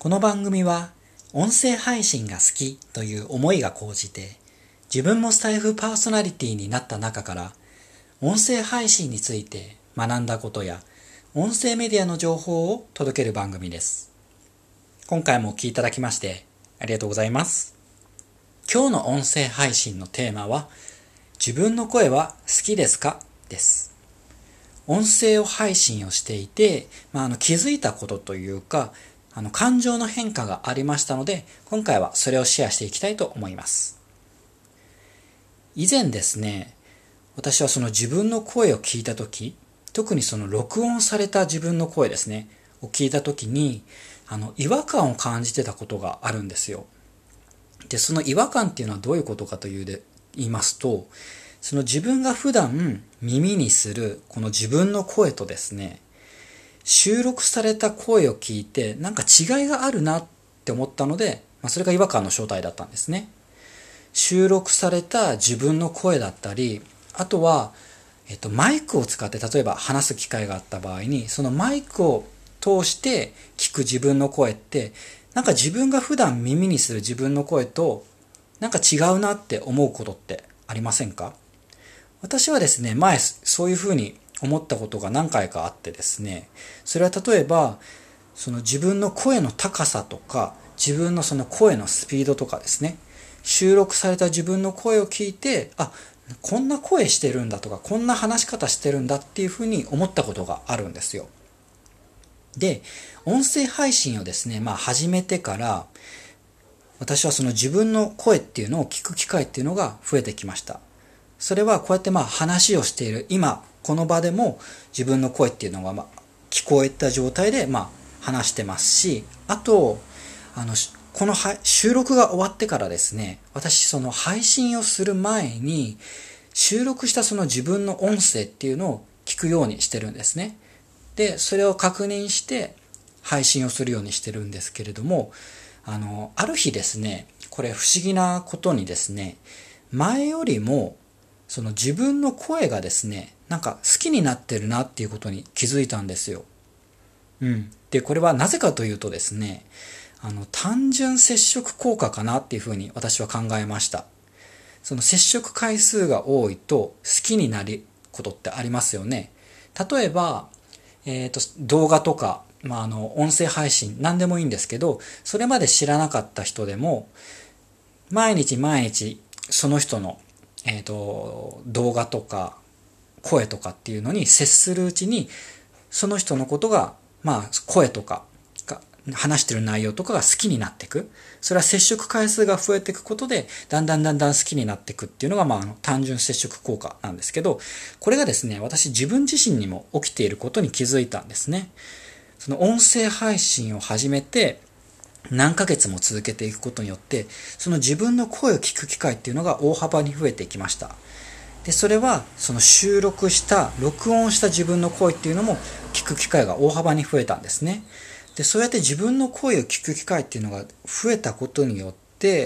この番組は音声配信が好きという思いが高じて自分もスタイフパーソナリティになった中から音声配信について学んだことや音声メディアの情報を届ける番組です。今回もお聞きいただきましてありがとうございます。今日の音声配信のテーマは自分の声は好きですかです。音声を配信をしていて、気づいたことというか感情の変化がありましたので、今回はそれをシェアしていきたいと思います。以前ですね、私はその自分の声を聞いたとき、特にその録音された自分の声ですね、を聞いたときに、違和感を感じてたことがあるんですよ。で、その違和感っていうのはどういうことかと言いますと、その自分が普段耳にするこの自分の声とですね、収録された声を聞いてなんか違いがあるなって思ったので、それが違和感の正体だったんですね。収録された自分の声だったり、あとは、マイクを使って例えば話す機会があった場合に、そのマイクを通して聞く自分の声って、なんか自分が普段耳にする自分の声となんか違うなって思うことってありませんか？私はですね、前そういうふうに思ったことが何回かあってですね、それは例えばその自分の声の高さとか自分のその声のスピードとかですね、収録された自分の声を聞いて、こんな声してるんだとかこんな話し方してるんだっていうふうに思ったことがあるんですよ。で、音声配信をですね、始めてから私はその自分の声っていうのを聞く機会っていうのが増えてきました。それはこうやって話をしている今この場でも自分の声っていうのが聞こえた状態で話してますし、あとこの収録が終わってからですね、私その配信をする前に収録したその自分の音声っていうのを聞くようにしてるんですね。で、それを確認して配信をするようにしてるんですけれども、ある日ですね、これ不思議なことにですね、前よりもその自分の声がですね、なんか好きになってるなっていうことに気づいたんですよ。で、これはなぜかというとですね、単純接触効果かなっていうふうに私は考えました。その接触回数が多いと好きになることってありますよね。例えば、動画とか、音声配信何でもいいんですけど、それまで知らなかった人でも毎日毎日その人の動画とか声とかっていうのに接するうちに、その人のことが声とか話してる内容とかが好きになっていく。それは接触回数が増えていくことでだんだん好きになっていくっていうのが単純接触効果なんですけど、これがですね、私自分自身にも起きていることに気づいたんですね。その音声配信を始めて何ヶ月も続けていくことによって、その自分の声を聞く機会っていうのが大幅に増えてきました。で、それはその録音した自分の声っていうのも聞く機会が大幅に増えたんですね。で、そうやって自分の声を聞く機会っていうのが増えたことによって、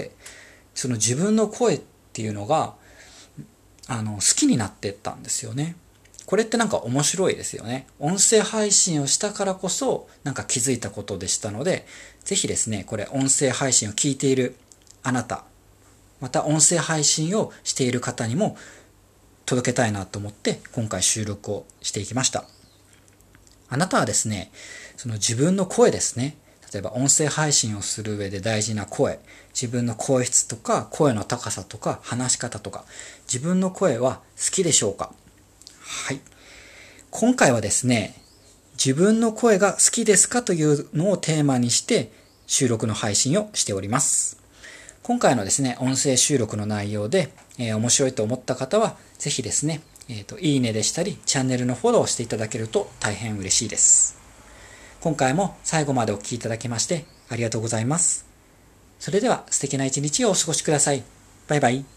その自分の声っていうのが好きになっていったんですよね。これってなんか面白いですよね。音声配信をしたからこそなんか気づいたことでしたので、ぜひですね、これ音声配信を聞いているあなた、また音声配信をしている方にも届けたいなと思って今回収録をしていきました。あなたはですね、その自分の声ですね、例えば音声配信をする上で大事な声、自分の声質とか声の高さとか話し方とか、自分の声は好きでしょうか？はい。今回はですね、自分の声が好きですかというのをテーマにして収録の配信をしております。今回のですね、音声収録の内容で、面白いと思った方は、ぜひですね、いいねでしたり、チャンネルのフォローをしていただけると大変嬉しいです。今回も最後までお聞きいただきましてありがとうございます。それでは素敵な一日をお過ごしください。バイバイ。